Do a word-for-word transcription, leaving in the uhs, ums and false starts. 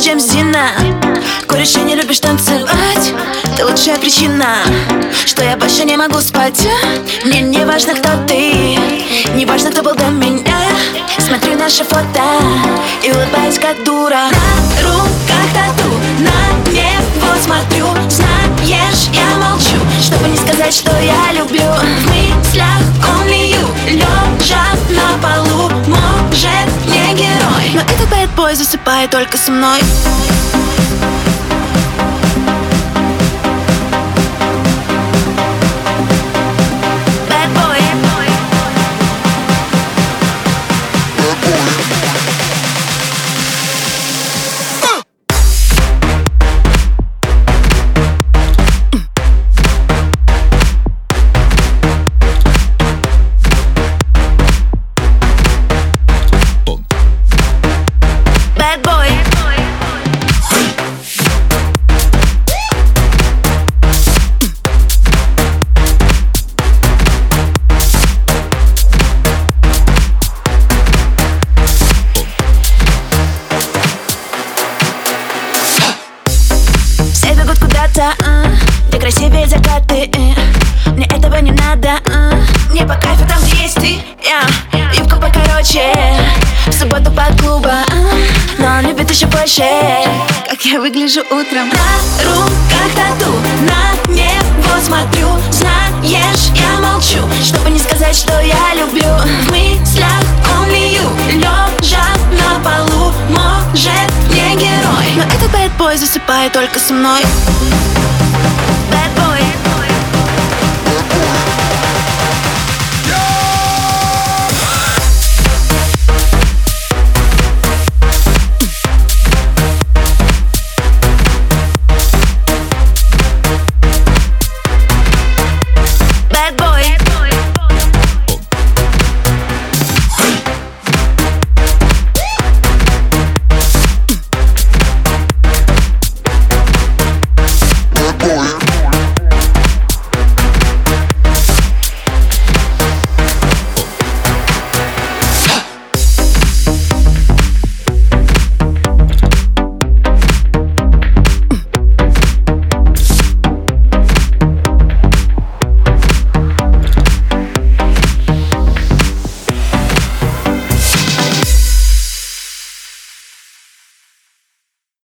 Джеймс Дина. Куришь и не любишь танцевать, ты лучшая причина, что я больше не могу спать. Мне не важно, кто ты, не важно, кто был до меня. Смотрю наши фото и улыбаюсь, как дура. На руках тату, на него смотрю. Знаешь, я молчу, чтобы не сказать, что я люблю. В мыслях он лью, лежа на полу. Может, не герой, но этот бэдбой засыпает только со мной. Где красивее закаты, э. Мне этого не надо, э. Мне по кайфу там, где есть ты, yeah. Юбку покороче, в субботу по клуба, э. Но он любит еще больше, как я выгляжу утром. На руках тату, на него смотрю. Знаешь, я молчу, чтобы не сказать, что я люблю. В мыслях он лью, лежа на полу. Может, не герой, но этот бэдбой засыпает только со мной.